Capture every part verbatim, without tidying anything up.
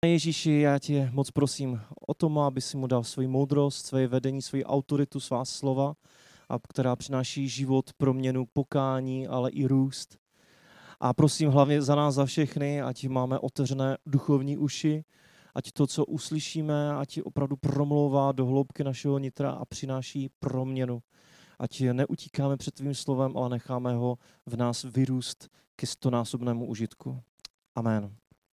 Ježíši, já tě moc prosím o tom, aby si mu dal svoji moudrost, svoje vedení, svoji autoritu, svá slova, a která přináší život, proměnu, pokání, ale i růst. A prosím hlavně za nás, za všechny, ať máme otevřené duchovní uši, ať to, co uslyšíme, ať opravdu promlouvá do hloubky našeho nitra a přináší proměnu. Ať neutíkáme před tvým slovem, ale necháme ho v nás vyrůst ke stonásobnému užitku. Amen.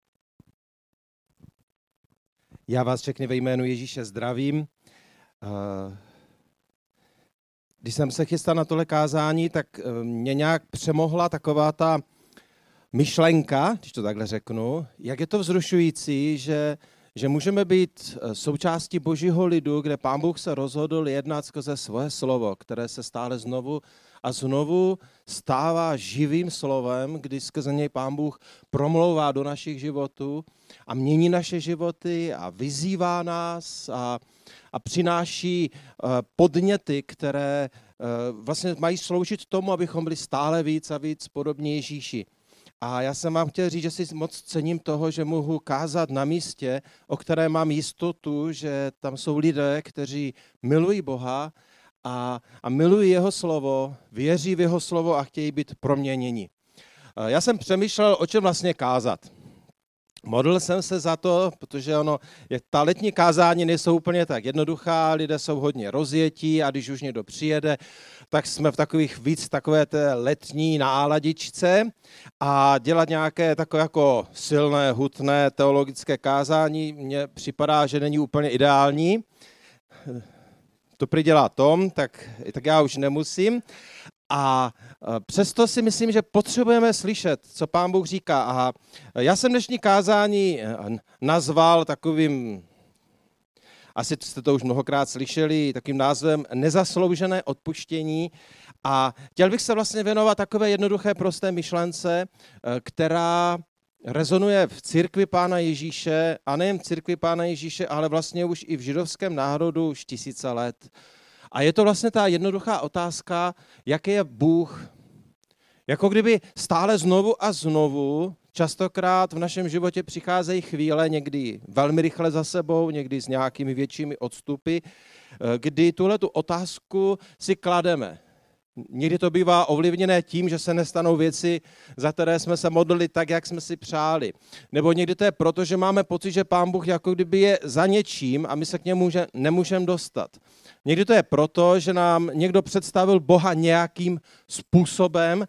Já vás všechny ve jménu Ježíše zdravím. Když jsem se chystal na tohle kázání, tak mě nějak přemohla taková ta myšlenka, když to takhle řeknu, jak je to vzrušující, že, že můžeme být součástí Božího lidu, kde Pán Bůh se rozhodl jednat skrze svoje slovo, které se stále znovu a znovu stává živým slovem, kdy skrze něj Pán Bůh promlouvá do našich životů a mění naše životy a vyzývá nás a, a přináší uh, podněty, které uh, vlastně mají sloužit tomu, abychom byli stále víc a víc podobní Ježíši. A já jsem vám chtěl říct, že si moc cením toho, že mohu kázat na místě, o které mám jistotu, že tam jsou lidé, kteří milují Boha a, a milují jeho slovo, věří v jeho slovo a chtějí být proměněni. Já jsem přemýšlel, o čem vlastně kázat. Modlil jsem se za to, protože ono, je, ta letní kázání nejsou úplně tak jednoduchá, lidé jsou hodně rozjetí a když už někdo přijede, tak jsme v takových víc takové té letní náladičce a dělat nějaké takové jako silné, hutné teologické kázání mně připadá, že není úplně ideální. To přidělá Tom, tak, tak já už nemusím. A přesto si myslím, že potřebujeme slyšet, co Pán Bůh říká. A já jsem dnešní kázání nazval takovým, asi jste to už mnohokrát slyšeli, takovým názvem Nezasloužené odpuštění. A chtěl bych se vlastně věnovat takové jednoduché, prosté myšlence, která rezonuje v církvi Pána Ježíše, a nejen v církvi Pána Ježíše, ale vlastně už i v židovském národu už tisíce let. A je to vlastně ta jednoduchá otázka, jaký je Bůh. Jako kdyby stále znovu a znovu, častokrát v našem životě přicházejí chvíle, někdy velmi rychle za sebou, někdy s nějakými většími odstupy, kdy tuhletu otázku si klademe. Někdy to bývá ovlivněné tím, že se nestanou věci, za které jsme se modlili tak, jak jsme si přáli. Nebo někdy to je proto, že máme pocit, že Pán Bůh jako kdyby je za něčím a my se k němu nemůžeme dostat. Někdy to je proto, že nám někdo představil Boha nějakým způsobem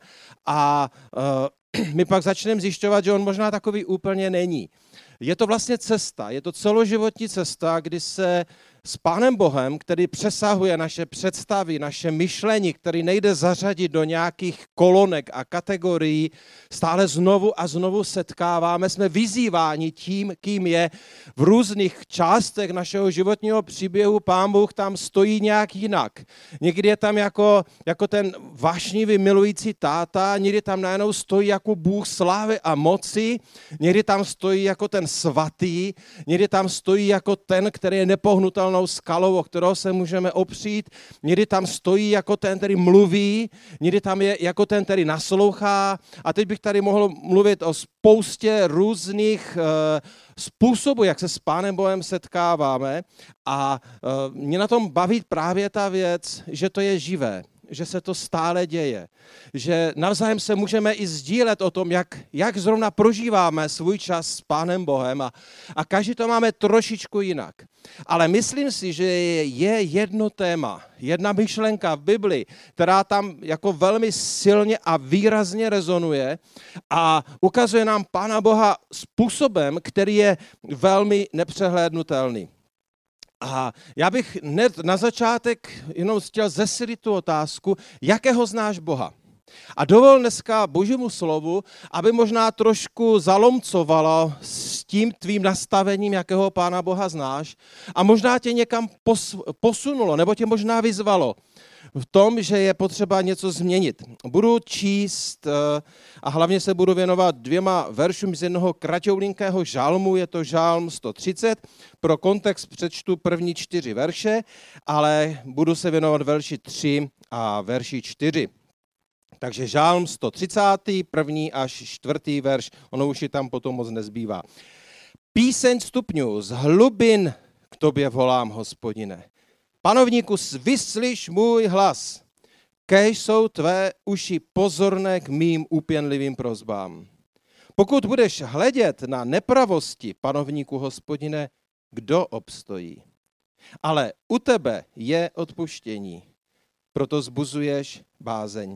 a uh, my pak začneme zjišťovat, že on možná takový úplně není. Je to vlastně cesta, je to celoživotní cesta, kdy se s Pánem Bohem, který přesahuje naše představy, naše myšlení, který nejde zařadit do nějakých kolonek a kategorií, stále znovu a znovu setkáváme. Jsme vyzýváni tím, kým je v různých částech našeho životního příběhu. Pán Bůh tam stojí nějak jinak. Někdy je tam jako, jako ten vášnivý milující táta, někdy tam najednou stojí jako Bůh slávy a moci, někdy tam stojí jako ten svatý, někdy tam stojí jako ten, který je nepohnutelný skalou, o kterou se můžeme opřít. Někdy tam stojí jako ten, který mluví, někdy tam je jako ten, který naslouchá. A teď bych tady mohl mluvit o spoustě různých uh, způsobů, jak se s Pánem Bohem setkáváme. A uh, mě na tom baví právě ta věc, že to je živé, že se to stále děje, že navzájem se můžeme i sdílet o tom, jak, jak zrovna prožíváme svůj čas s Pánem Bohem a, a každý to máme trošičku jinak. Ale myslím si, že je jedno téma, jedna myšlenka v Bibli, která tam jako velmi silně a výrazně rezonuje a ukazuje nám Pána Boha způsobem, který je velmi nepřehlédnutelný. A já bych hned na začátek jenom chtěl zesilit tu otázku, jakého znáš Boha. A dovol dneska Božímu slovu, aby možná trošku zalomcovalo s tím tvým nastavením, jakého Pána Boha znáš a možná tě někam posunulo, nebo tě možná vyzvalo v tom, že je potřeba něco změnit. Budu číst a hlavně se budu věnovat dvěma veršům z jednoho kratoulinkého žalmu, je to žalm sto třicet, pro kontext přečtu první čtyři verše, ale budu se věnovat verši tři a verši čtyři. Takže žálm sto třicet, první až čtvrtý verš, ono už je tam potom moc nezbývá. Píseň stupňů, z hlubin k tobě volám, Hospodine. Panovníku, vyslyš můj hlas. Kéž jsou tvé uši pozorné k mým úpěnlivým prosbám. Pokud budeš hledět na nepravosti, panovníku, Hospodine, kdo obstojí? Ale u tebe je odpuštění, proto zbuzuješ bázeň.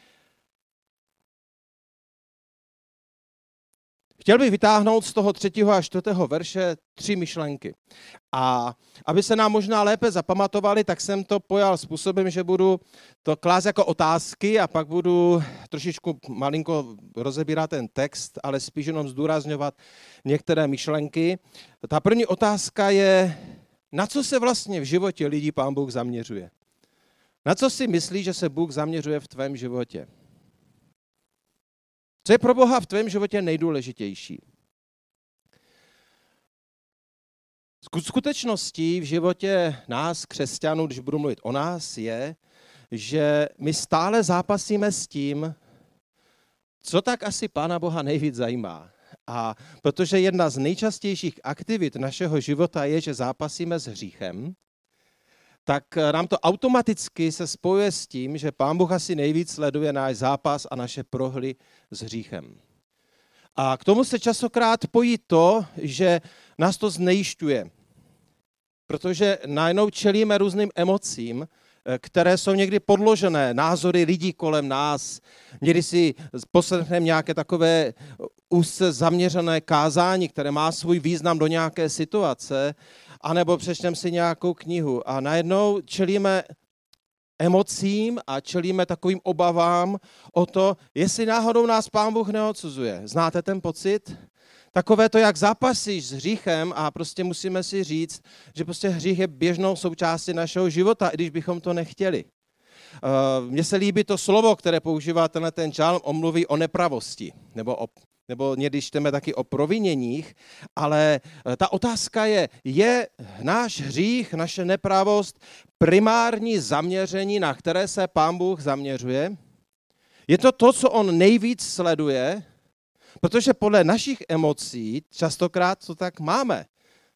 Chtěl bych vytáhnout z toho třetího a čtvrtého verše tři myšlenky. A aby se nám možná lépe zapamatovali, tak jsem to pojal způsobem, že budu to klást jako otázky a pak budu trošičku malinko rozebírat ten text, ale spíš jenom zdůrazňovat některé myšlenky. Ta první otázka je, na co se vlastně v životě lidí Pán Bůh zaměřuje? Na co si myslíš, že se Bůh zaměřuje v tvém životě? Co je pro Boha v tvém životě nejdůležitější? Skutečností v životě nás, křesťanů, když budu mluvit o nás, je, že my stále zápasíme s tím, co tak asi Pána Boha nejvíc zajímá. A protože jedna z nejčastějších aktivit našeho života je, že zápasíme s hříchem, tak nám to automaticky se spojuje s tím, že Pán Bůh asi nejvíc sleduje náš zápas a naše prohry s hříchem. A k tomu se častokrát pojí to, že nás to znejišťuje. Protože najednou čelíme různým emocím, které jsou někdy podložené, názory lidí kolem nás. Někdy si poslechneme nějaké takové úzce zaměřené kázání, které má svůj význam do nějaké situace, anebo přečteme si nějakou knihu a najednou čelíme emocím a čelíme takovým obavám o to, jestli náhodou nás Pán Bůh neodsuzuje. Znáte ten pocit? Takové to, jak zápasíš s hříchem a prostě musíme si říct, že prostě hřích je běžnou součástí našeho života, i když bychom to nechtěli. Mně se líbí to slovo, které používá tenhle ten žálm, on mluví o nepravosti, nebo, o, nebo někdy čteme taky o proviněních, ale ta otázka je, je náš hřích, naše nepravost primární zaměření, na které se Pán Bůh zaměřuje? Je to to, co on nejvíc sleduje? Protože podle našich emocí častokrát to tak máme.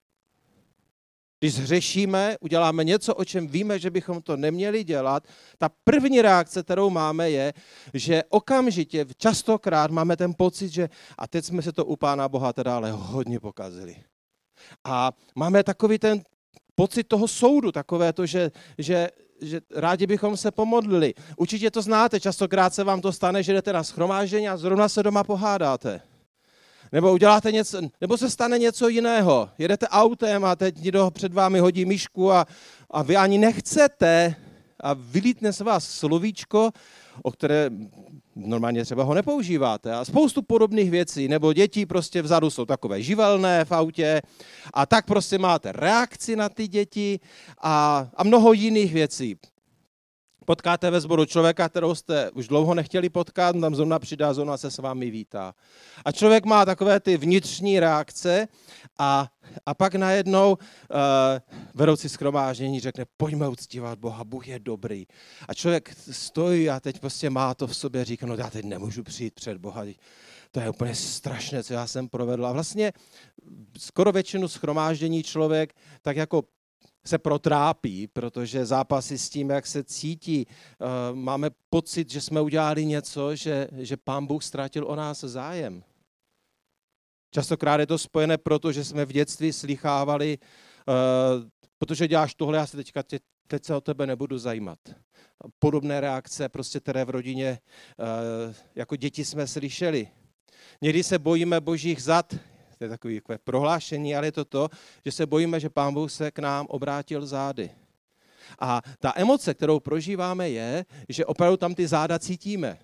Když zhřešíme, uděláme něco, o čem víme, že bychom to neměli dělat, ta první reakce, kterou máme, je, že okamžitě, častokrát máme ten pocit, že a teď jsme se to u Pána Boha teda ale hodně pokazili. A máme takový ten pocit toho soudu, takové to, že, že, že rádi bychom se pomodlili. Určitě to znáte, častokrát se vám to stane, že jdete na shromáždění a zrovna se doma pohádáte. Nebo uděláte něco, nebo se stane něco jiného. Jedete autem a teď někdo před vámi hodí myšku a, a vy ani nechcete a vylítne se vás slovíčko, o které normálně třeba ho nepoužíváte. A spoustu podobných věcí. Nebo děti prostě vzadu jsou takové živelné v autě a tak prostě máte reakci na ty děti a, a mnoho jiných věcí. Potkáte ve sboru člověka, kterou jste už dlouho nechtěli potkat, tam zrovna přidá, zrovna se s vámi vítá. A člověk má takové ty vnitřní reakce a, a pak najednou uh, vedoucí shromáždění řekne, pojďme uctívat Boha, Bůh je dobrý. A člověk stojí a teď prostě má to v sobě, říká, no já teď nemůžu přijít před Boha, to je úplně strašné, co já jsem provedl. A vlastně skoro většinu shromáždění člověk tak jako se protrápí, protože zápasy s tím, jak se cítí, máme pocit, že jsme udělali něco, že, že Pán Bůh ztratil o nás zájem. Častokrát je to spojené proto, že jsme v dětství slychávali, protože děláš tohle, já se teďka, teď se o tebe nebudu zajímat. Podobné reakce, prostě, které v rodině jako děti jsme slyšeli. Někdy se bojíme božích zad, to je takové prohlášení, ale je to to, že se bojíme, že Pán Bůh se k nám obrátil zády. A ta emoce, kterou prožíváme, je, že opravdu tam ty záda cítíme.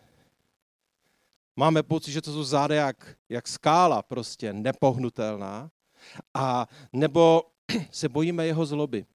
Máme pocit, že to jsou záda jak, jak skála, prostě nepohnutelná. A nebo se bojíme jeho zloby.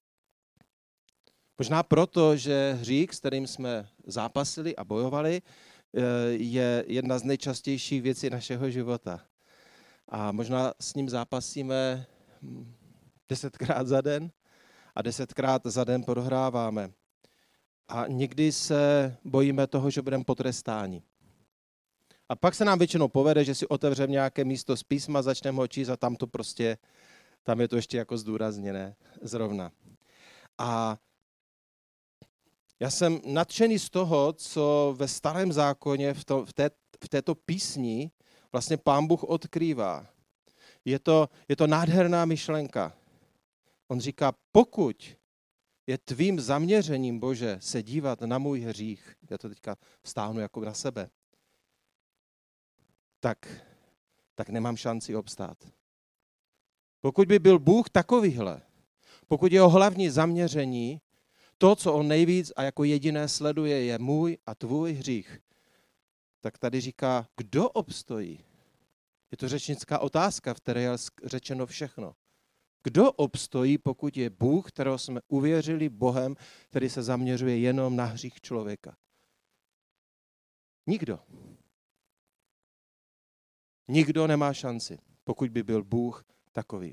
Možná proto, že hřích, s kterým jsme zápasili a bojovali, je jedna z nejčastějších věcí našeho života. A možná s ním zápasíme desetkrát za den a desetkrát za den prohráváme. A někdy se bojíme toho, že budeme potrestáni. A pak se nám většinou povede, že si otevřeme nějaké místo z písma, začneme ho číst a tam to prostě, tam je to ještě jako zdůrazněné zrovna. A já jsem nadšený z toho, co ve Starém zákoně v, to, v, té, v této písni vlastně Pán Bůh odkrývá. Je to, je to nádherná myšlenka. On říká, pokud je tvým zaměřením, Bože, se dívat na můj hřích, já to teďka vztáhnu jako na sebe, tak, tak nemám šanci obstát. Pokud by byl Bůh takovýhle, pokud jeho hlavní zaměření, to, co on nejvíc a jako jediné sleduje, je můj a tvůj hřích, tak tady říká, kdo obstojí? Je to řečnická otázka, v které je řečeno všechno. Kdo obstojí, pokud je Bůh, kterého jsme uvěřili Bohem, který se zaměřuje jenom na hřích člověka? Nikdo. Nikdo nemá šanci, pokud by byl Bůh takový.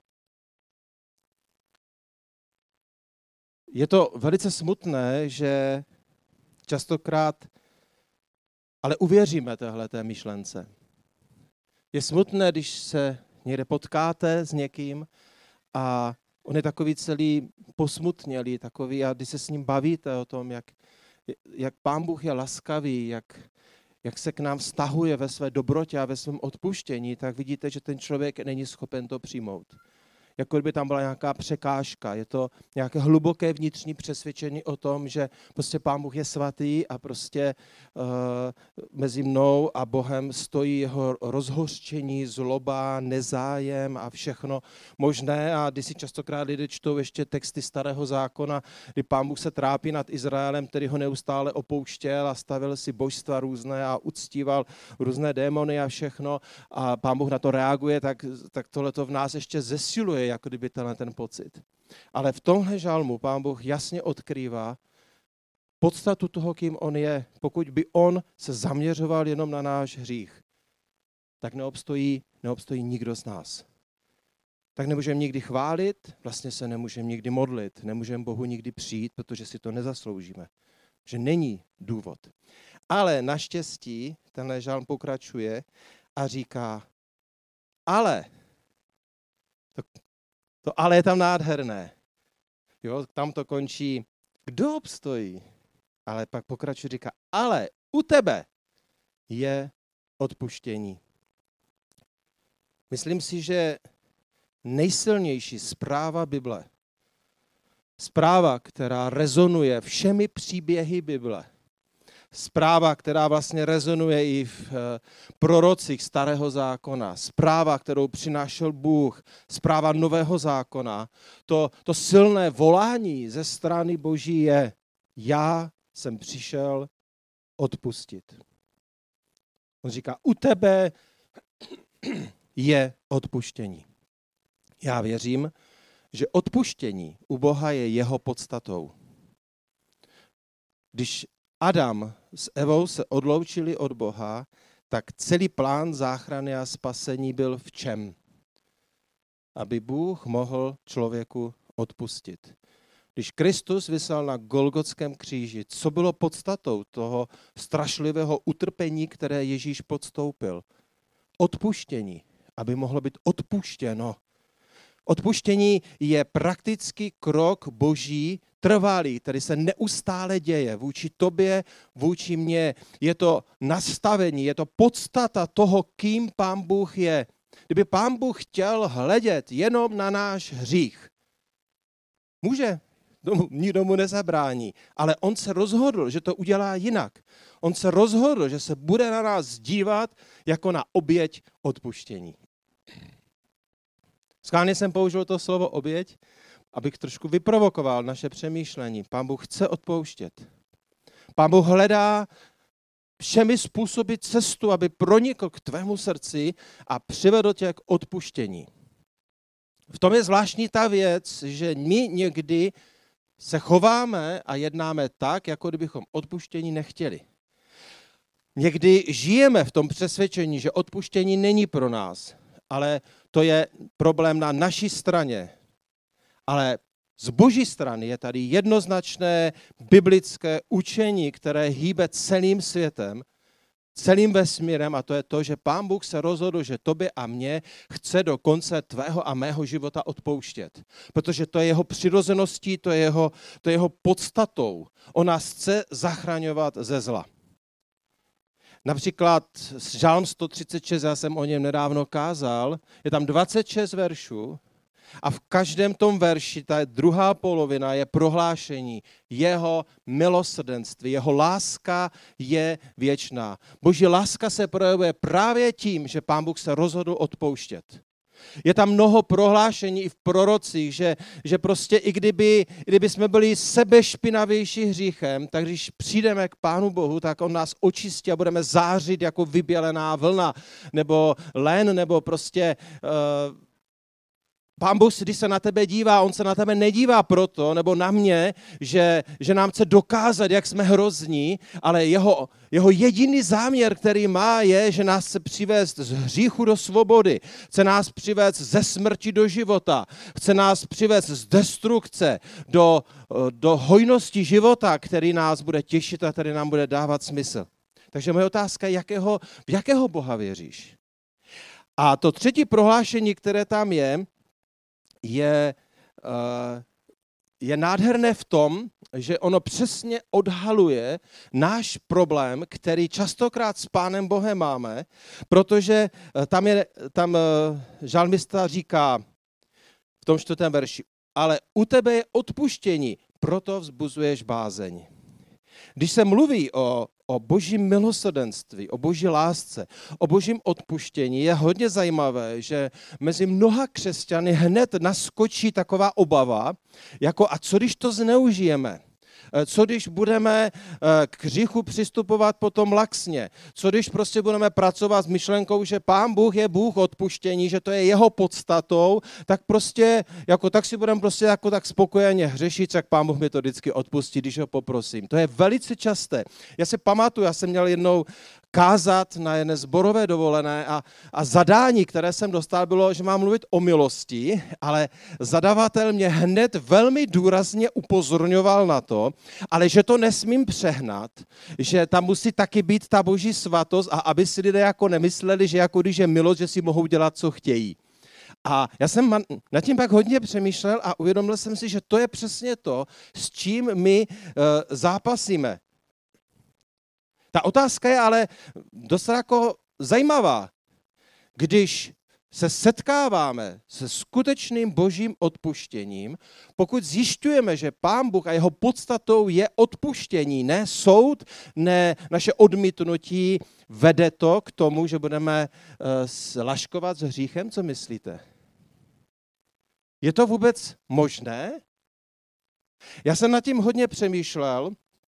Je to velice smutné, že častokrát ale uvěříme téhleté myšlence. Je smutné, když se někde potkáte s někým a on je takový celý posmutnělý, takový, a když se s ním bavíte o tom, jak, jak Pán Bůh je laskavý, jak, jak se k nám vztahuje ve své dobrotě a ve svém odpuštění, tak vidíte, že ten člověk není schopen to přijmout. Jako by tam byla nějaká překážka. Je to nějaké hluboké vnitřní přesvědčení o tom, že prostě Pán Bůh je svatý a prostě uh, mezi mnou a Bohem stojí jeho rozhořčení, zloba, nezájem a všechno možné. A když si častokrát lidé čtou ještě texty Starého zákona, kdy Pán Bůh se trápí nad Izraelem, který ho neustále opouštěl a stavil si božstva různé a uctíval různé démony a všechno. A Pán Bůh na to reaguje, tak, tak tohle to v nás ještě zesiluje, jako kdyby tenhle ten pocit. Ale v tomhle žalmu Pán Bůh jasně odkrývá podstatu toho, kým on je. Pokud by on se zaměřoval jenom na náš hřích, tak neobstojí, neobstojí nikdo z nás. Tak nemůžeme nikdy chválit, vlastně se nemůžeme nikdy modlit, nemůžeme Bohu nikdy přijít, protože si to nezasloužíme. Že není důvod. Ale naštěstí tenhle žalm pokračuje a říká, ale to, To ale je tam nádherné. Jo, tam to končí, kdo obstojí? Ale pak pokračuje, říká, ale u tebe je odpuštění. Myslím si, že nejsilnější zpráva Bible, zpráva, která rezonuje všemi příběhy Bible, zpráva, která vlastně rezonuje i v prorocích Starého zákona, zpráva, kterou přinášel Bůh, zpráva Nového zákona, to, to silné volání ze strany Boží je, já jsem přišel odpustit. On říká, u tebe je odpuštění. Já věřím, že odpuštění u Boha je jeho podstatou. Když Adam s Evou se odloučili od Boha, tak celý plán záchrany a spasení byl v čem? Aby Bůh mohl člověku odpustit. Když Kristus visel na Golgotském kříži, co bylo podstatou toho strašlivého utrpení, které Ježíš podstoupil? Odpuštění, aby mohlo být odpuštěno. Odpuštění je praktický krok Boží, trvalý, který se neustále děje vůči tobě, vůči mně. Je to nastavení, je to podstata toho, kým Pán Bůh je. Kdyby Pán Bůh chtěl hledět jenom na náš hřích, může, nikdo mu nezabrání, ale on se rozhodl, že to udělá jinak. On se rozhodl, že se bude na nás dívat jako na oběť odpuštění. Schválně jsem použil to slovo oběť, abych trošku vyprovokoval naše přemýšlení. Pán Bůh chce odpouštět. Pán Bůh hledá všemi způsoby cestu, aby pronikl k tvému srdci a přivedl tě k odpuštění. V tom je zvláštní ta věc, že my někdy se chováme a jednáme tak, jako kdybychom odpuštění nechtěli. Někdy žijeme v tom přesvědčení, že odpuštění není pro nás, ale to je problém na naší straně. Ale z Boží strany je tady jednoznačné biblické učení, které hýbe celým světem celým vesmírem, a to je to, že Pán Bůh se rozhodl, že tobě a mně chce do konce tvého a mého života odpouštět. Protože to je jeho přirozeností, to je jeho, to je jeho podstatou. On nás chce zachraňovat ze zla. Například Žálm sto třicet šest, já jsem o něm nedávno kázal, je tam dvacet šest veršů a v každém tom verši, ta druhá polovina je prohlášení jeho milosrdenství, jeho láska je věčná. Boží láska se projevuje právě tím, že Pán Bůh se rozhodl odpouštět. Je tam mnoho prohlášení i v prorocích, že, že prostě i kdyby, kdyby jsme byli sebešpinavější hříchem, tak když přijdeme k Pánu Bohu, tak on nás očistí a budeme zářit jako vybělená vlna, nebo len, nebo prostě... Uh, Pán Bůh, když se na tebe dívá, on se na tebe nedívá proto, nebo na mě, že, že nám chce dokázat, jak jsme hrozní, ale jeho, jeho jediný záměr, který má, je, že nás chce přivést z hříchu do svobody, chce nás přivést ze smrti do života, chce nás přivést z destrukce do, do hojnosti života, který nás bude těšit a který nám bude dávat smysl. Takže moje otázka je, jakého, v jakého Boha věříš? A to třetí prohlášení, které tam je, Je, je nádherné v tom, že ono přesně odhaluje náš problém, který častokrát s Pánem Bohem máme, protože tam, je, tam žalmista říká v tom čtvrtém verši, ale u tebe je odpuštění, proto vzbuzuješ bázeň. Když se mluví o, o božím milosrdenství, o boží lásce, o božím odpuštění, je hodně zajímavé, že mezi mnoha křesťany hned naskočí taková obava, jako a co když to zneužijeme? Co když budeme k hříchu přistupovat potom laxně? Co když prostě budeme pracovat s myšlenkou, že Pán Bůh je Bůh odpuštění, že to je jeho podstatou, tak prostě, jako tak si budeme prostě jako tak spokojeně hřešit, tak Pán Bůh mi to vždycky odpustí, když ho poprosím. To je velice časté. Já si pamatuju, já jsem měl jednou kázat na jedné zborové dovolené a, a zadání, které jsem dostal, bylo, že mám mluvit o milosti, ale zadavatel mě hned velmi důrazně upozorňoval na to, ale že to nesmím přehnat, že tam musí taky být ta boží svatost a aby si lidé jako nemysleli, že jako když je milost, že si mohou dělat, co chtějí. A já jsem nad tím pak hodně přemýšlel a uvědomil jsem si, že to je přesně to, s čím my uh, zápasíme. Ta otázka je ale dost jako zajímavá. Když se setkáváme se skutečným božím odpuštěním, pokud zjišťujeme, že Pán Bůh a jeho podstatou je odpuštění, ne soud, ne naše odmítnutí, vede to k tomu, že budeme uh, laškovat s hříchem, co myslíte? Je to vůbec možné? Já jsem nad tím hodně přemýšlel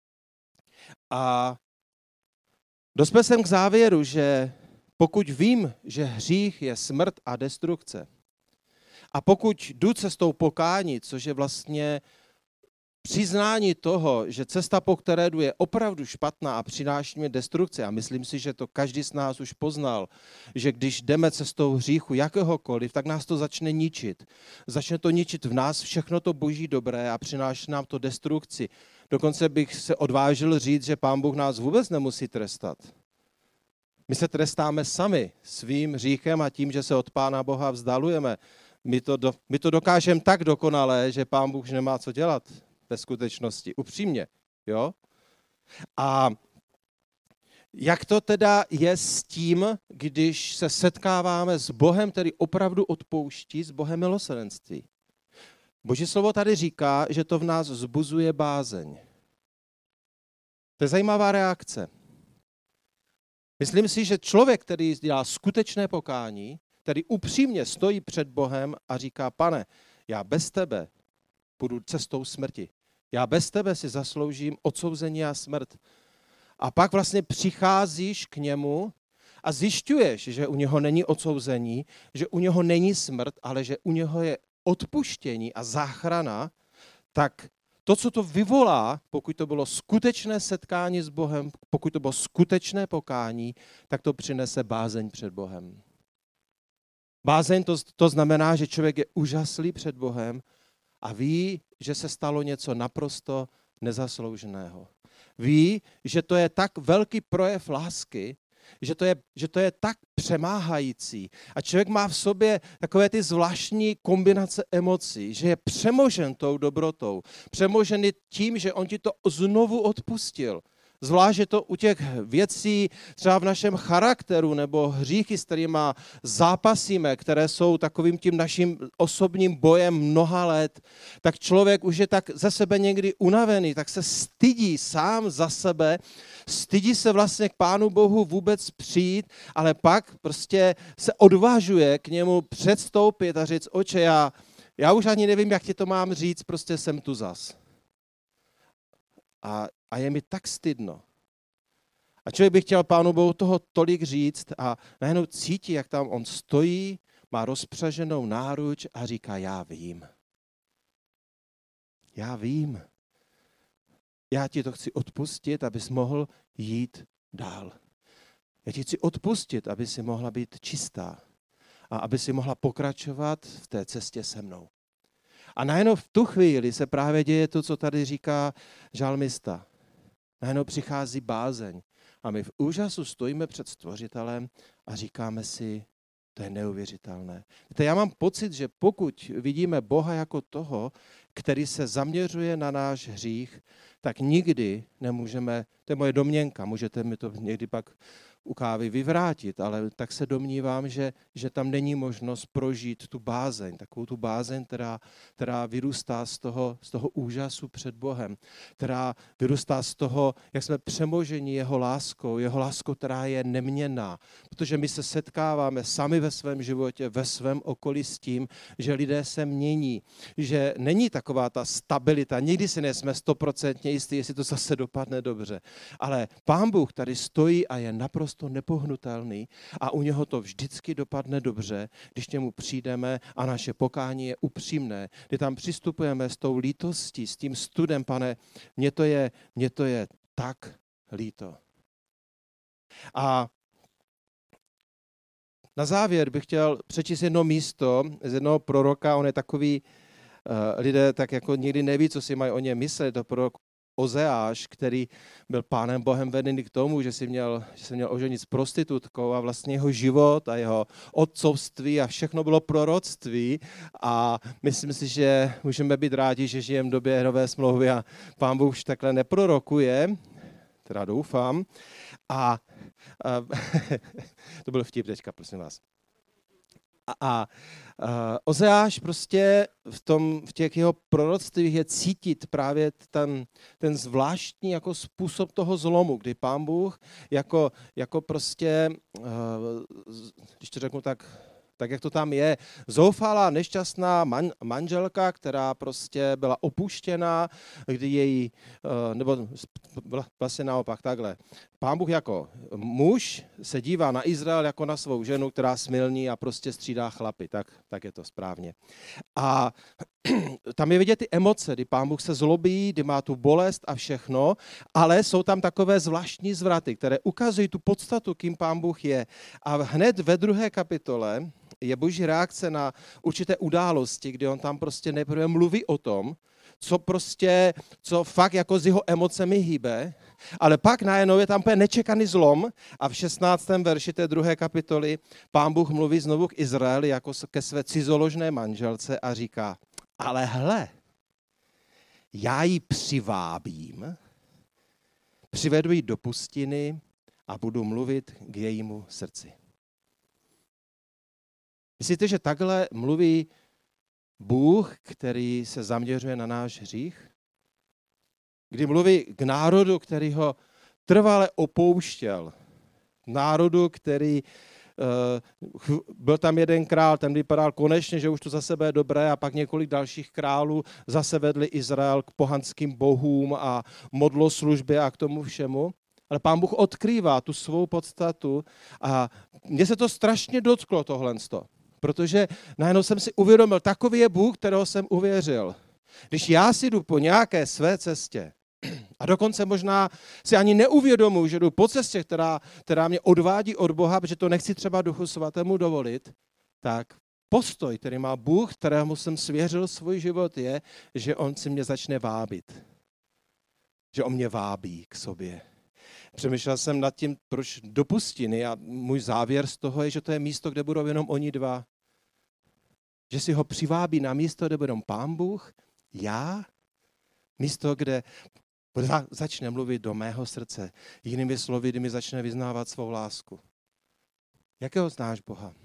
a dospěl jsem k závěru, že pokud vím, že hřích je smrt a destrukce, a pokud jdu cestou pokání, což je vlastně přiznání toho, že cesta, po které jdu, je opravdu špatná a přináší mě destrukci, a myslím si, že to každý z nás už poznal, že když jdeme cestou hříchu jakéhokoliv, tak nás to začne ničit. Začne to ničit v nás všechno to boží dobré a přináší nám to destrukci. Dokonce bych se odvážil říct, že Pán Bůh nás vůbec nemusí trestat. My se trestáme sami svým hříchem a tím, že se od Pána Boha vzdalujeme. My to, do, my to dokážeme tak dokonale, že Pán Bůh nemá co dělat ve skutečnosti. Upřímně. Jo? A jak to teda je s tím, když se setkáváme s Bohem, který opravdu odpouští, s Bohem milosrdenství? Boží slovo tady říká, že to v nás vzbuzuje bázeň. To je zajímavá reakce. Myslím si, že člověk, který dělá skutečné pokání, který upřímně stojí před Bohem a říká, Pane, já bez tebe půjdu cestou smrti. Já bez tebe si zasloužím odsouzení a smrt. A pak vlastně přicházíš k němu a zjišťuješ, že u něho není odsouzení, že u něho není smrt, ale že u něho je odpuštění a záchrana, tak to, co to vyvolá, pokud to bylo skutečné setkání s Bohem, pokud to bylo skutečné pokání, tak to přinese bázeň před Bohem. Bázeň to, to znamená, že člověk je úžaslý před Bohem a ví, že se stalo něco naprosto nezaslouženého. Ví, že to je tak velký projev lásky, že to je, že to je tak přemáhající. A člověk má v sobě takové ty zvláštní kombinace emocí, že je přemožen tou dobrotou, přemožený tím, že on ti to znovu odpustil. Zvlášť je to u těch věcí třeba v našem charakteru nebo hříchy, s kterými zápasíme, které jsou takovým tím naším osobním bojem mnoha let, tak člověk už je tak ze sebe někdy unavený, tak se stydí sám za sebe, stydí se vlastně k Pánu Bohu vůbec přijít, ale pak prostě se odvažuje k němu předstoupit a říct, oče, já, já už ani nevím, jak ti to mám říct, prostě jsem tu zas. A, a je mi tak stydno. A člověk by chtěl Pánu Bohu toho tolik říct a najednou cítí, jak tam on stojí, má rozpřaženou náruč a říká, já vím. Já vím. Já ti to chci odpustit, abys mohl jít dál. Já ti chci odpustit, aby si mohla být čistá a aby si mohla pokračovat v té cestě se mnou. A najednou v tu chvíli se právě děje to, co tady říká žalmista. Najednou přichází bázeň a my v úžasu stojíme před Stvořitelem a říkáme si, to je neuvěřitelné. Víte, já mám pocit, že pokud vidíme Boha jako toho, který se zaměřuje na náš hřích, tak nikdy nemůžeme, to je moje domněnka, můžete mi to někdy pak u kávy vyvrátit, ale tak se domnívám, že, že tam není možnost prožít tu bázeň, takovou tu bázeň, která, která vyrůstá z toho, z toho úžasu před Bohem, která vyrůstá z toho, jak jsme přemoženi jeho láskou, jeho láskou, která je neměnná, protože my se setkáváme sami ve svém životě, ve svém okolí s tím, že lidé se mění, že není taková ta stabilita, nikdy si nejsme stoprocentně jistí, jestli to zase dopadne dobře, ale Pán Bůh tady stojí a je naprosto to nepohnutelný a u něho to vždycky dopadne dobře, když k němu přijdeme a naše pokání je upřímné, kdy tam přistupujeme s tou lítostí, s tím studem, pane, mně to je, mně to je tak líto. A na závěr bych chtěl přečíst jedno místo z jednoho proroka, on je takový, uh, lidé tak jako nikdy neví, co si mají o něm myslet, to prorok Ozeáš, který byl Pánem Bohem vedený k tomu, že si měl, že se měl oženit s prostitutkou a vlastně jeho život a jeho otcovství a všechno bylo proroctví a myslím si, že můžeme být rádi, že žijeme v době nové smlouvy a Pán Bůh už takhle neprorokuje, teda doufám. A, a to byl vtip teďka, prosím vás. A, a uh, Ozeáš prostě v, tom, v těch jeho proroctvích je cítit právě ten, ten zvláštní jako způsob toho zlomu, kdy Pán Bůh jako, jako prostě, uh, když to řeknu tak, tak jak to tam je, zoufalá, nešťastná man, manželka, která prostě byla opuštěná, kdy její, nebo vlastně naopak takhle. Pán Bůh jako muž se dívá na Izrael jako na svou ženu, která smilní a prostě střídá chlapy, tak, tak je to správně. A tam je vidět ty emoce, kdy Pán Bůh se zlobí, kdy má tu bolest a všechno, ale jsou tam takové zvláštní zvraty, které ukazují tu podstatu, kým Pán Bůh je. A hned ve druhé kapitole je Boží reakce na určité události, kdy on tam prostě nejprve mluví o tom, co prostě, co fakt jako s jeho emocemi hýbe, ale pak najednou je tam úplně nečekaný zlom a v šestnáctém verši té druhé kapitoly Pán Bůh mluví znovu k Izraeli jako ke své cizoložné manželce a říká, ale hle, já ji přivábím, přivedu ji do pustiny a budu mluvit k jejímu srdci. Myslíte, že takhle mluví Bůh, který se zaměřuje na náš hřích? Kdy mluví k národu, který ho trvale opouštěl. Národu, který uh, byl tam jeden král, ten vypadal konečně, že už to za sebe je dobré a pak několik dalších králů zase vedli Izrael k pohanským bohům a modloslužbě a k tomu všemu. Ale Pán Bůh odkrývá tu svou podstatu a mně se to strašně dotklo tohle. Protože najednou jsem si uvědomil, takový je Bůh, kterého jsem uvěřil. Když já si jdu po nějaké své cestě a dokonce možná si ani neuvědomuji, že jdu po cestě, která, která mě odvádí od Boha, protože to nechci třeba Duchu Svatému dovolit, tak postoj, který má Bůh, kterému jsem svěřil svůj život, je, že on si mě začne vábit. Že on mě vábí k sobě. Přemýšlel jsem nad tím, proč do pustiny a můj závěr z toho je, že to je místo, kde budou jenom oni dva. Že si ho přivábí na místo, kde bude jenom Pán Bůh, já, místo, kde začne mluvit do mého srdce. Jinými slovy, kdy mi začne vyznávat svou lásku. Jakého znáš Boha?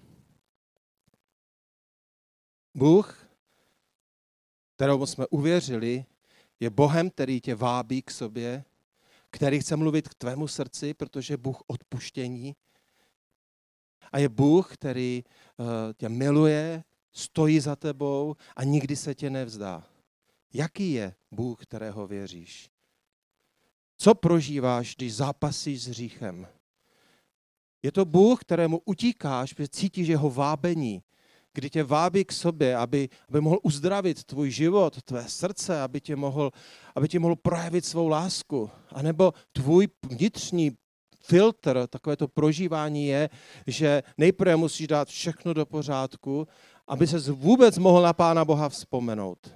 Bůh, kterému jsme uvěřili, je Bohem, který tě vábí k sobě, který chce mluvit k tvému srdci, protože je Bůh odpuštění. A je Bůh, který uh, tě miluje, stojí za tebou a nikdy se tě nevzdá. Jaký je Bůh, kterého věříš? Co prožíváš, když zápasíš s hříchem? Je to Bůh, kterému utíkáš, protože cítíš jeho vábení, kdy tě vábí k sobě, aby, aby mohl uzdravit tvůj život, tvé srdce, aby tě mohl, aby tě mohl projevit svou lásku. A nebo tvůj vnitřní filtr, takové to prožívání je, že nejprve musíš dát všechno do pořádku, aby ses vůbec mohl na Pána Boha vzpomenout.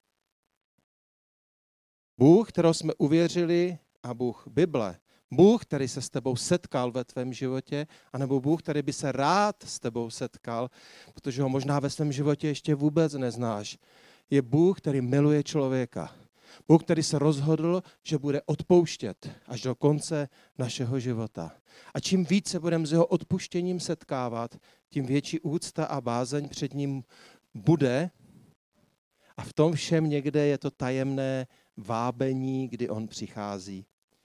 Bůh, kterého jsme uvěřili, a Bůh Bible, Bůh, který se s tebou setkal ve tvém životě, anebo Bůh, který by se rád s tebou setkal, protože ho možná ve svém životě ještě vůbec neznáš, je Bůh, který miluje člověka. Bůh, který se rozhodl, že bude odpouštět až do konce našeho života. A čím více budeme s jeho odpuštěním setkávat, tím větší úcta a bázeň před ním bude. A v tom všem někde je to tajemné vábení, kdy on přichází.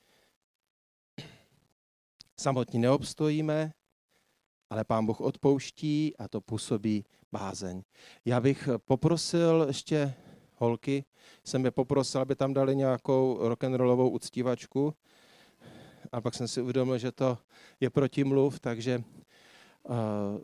Samotní neobstojíme, ale Pán Bůh odpouští a to působí bázeň. Já bych poprosil ještě holky, jsem je poprosil, aby tam dali nějakou rock'n'rollovou uctívačku. A pak jsem si uvědomil, že to je protimluv, takže uh,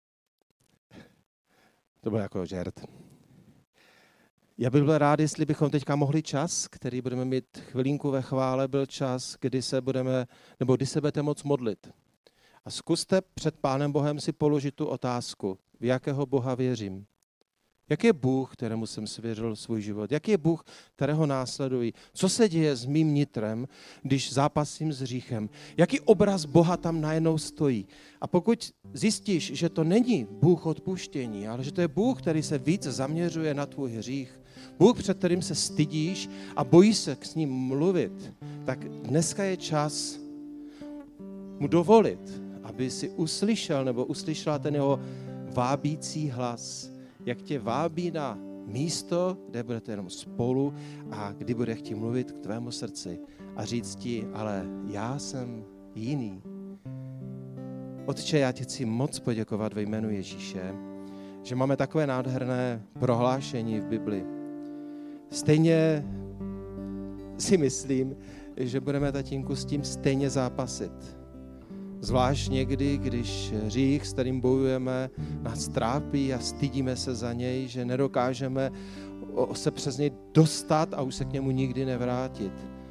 to bylo jako žert. Já bych byl rád, jestli bychom teďka mohli čas, který budeme mít chvilinku ve chvále, byl čas, kdy se budeme, nebo kdy se budete moc modlit. A zkuste před Pánem Bohem si položit tu otázku, v jakého Boha věřím. Jaký je Bůh, kterému jsem svěřil svůj život? Jaký je Bůh, kterého následuji? Co se děje s mým nitrem, když zápasím s hříchem? Jaký obraz Boha tam najednou stojí? A pokud zjistíš, že to není Bůh odpuštění, ale že to je Bůh, který se víc zaměřuje na tvůj hřích, Bůh, před kterým se stydíš a bojíš se s ním mluvit, tak dneska je čas mu dovolit, aby si uslyšel nebo uslyšela ten jeho vábící hlas, jak tě vábí na místo, kde budete jenom spolu a kdy bude chtít mluvit k tvému srdci a říct ti, ale já jsem jiný. Otče, já ti chci moc poděkovat ve jménu Ježíše, že máme takové nádherné prohlášení v Bibli. Stejně si myslím, že budeme, tatínku, s tím stejně zápasit. Zvlášť někdy, když hřích, s kterým bojujeme, nás trápí a stydíme se za něj, že nedokážeme se přes něj dostat a už se k němu nikdy nevrátit.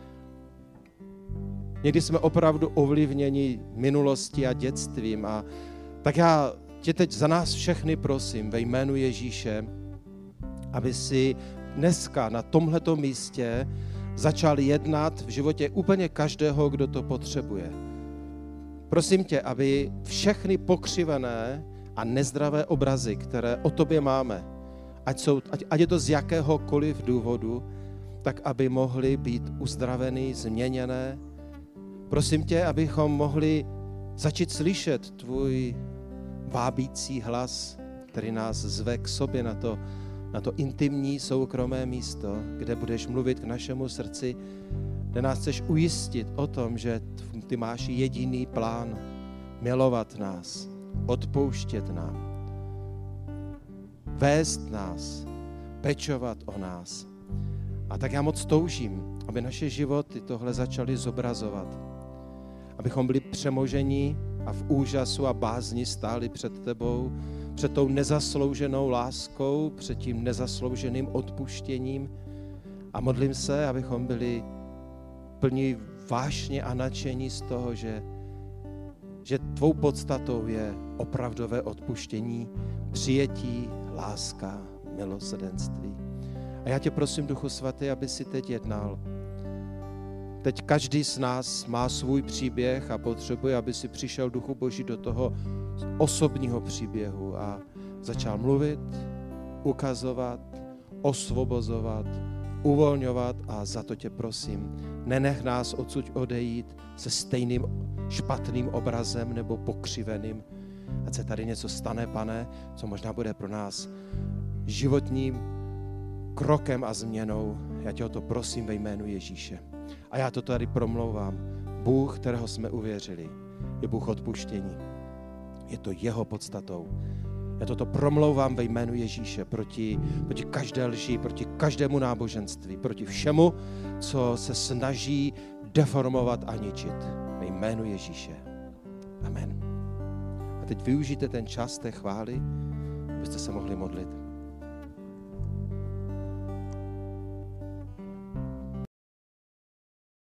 Někdy jsme opravdu ovlivněni minulostí a dětstvím. A tak já tě teď za nás všechny prosím ve jménu Ježíše, aby si dneska na tomhletom místě začal jednat v životě úplně každého, kdo to potřebuje. Prosím tě, aby všechny pokřivené a nezdravé obrazy, které o tobě máme, ať, jsou, ať, ať je to z jakéhokoliv důvodu, tak aby mohly být uzdraveny, změněné. Prosím tě, abychom mohli začít slyšet tvůj vábící hlas, který nás zve k sobě na to, na to intimní, soukromé místo, kde budeš mluvit k našemu srdci, kde nás chceš ujistit o tom, že ty máš jediný plán milovat nás, odpouštět nám, vést nás, pečovat o nás. A tak já moc toužím, aby naše životy tohle začaly zobrazovat. Abychom byli přemoženi a v úžasu a bázni stáli před tebou, před tou nezaslouženou láskou, před tím nezaslouženým odpuštěním. A modlím se, abychom byli plní vášně a nadšení z toho, že, že tvou podstatou je opravdové odpuštění, přijetí, láska, milosrdenství. A já tě prosím, Duchu Svatý, aby si teď jednal. teď každý z nás má svůj příběh a potřebuje, aby si přišel Duchu Boží do toho osobního příběhu a začal mluvit, ukazovat, osvobozovat, uvolňovat a za to tě prosím, nenech nás odsud odejít se stejným špatným obrazem nebo pokřiveným. Ať se tady něco stane, Pane, co možná bude pro nás životním krokem a změnou. Já tě o to prosím ve jménu Ježíše. A já to tady promlouvám. Bůh, kterého jsme uvěřili, je Bůh odpuštění. Je to jeho podstatou. Já toto promlouvám ve jménu Ježíše proti, proti každé lži, proti každému náboženství, proti všemu, co se snaží deformovat a ničit. Ve jménu Ježíše. Amen. A teď využijte ten čas té chvály, abyste se mohli modlit.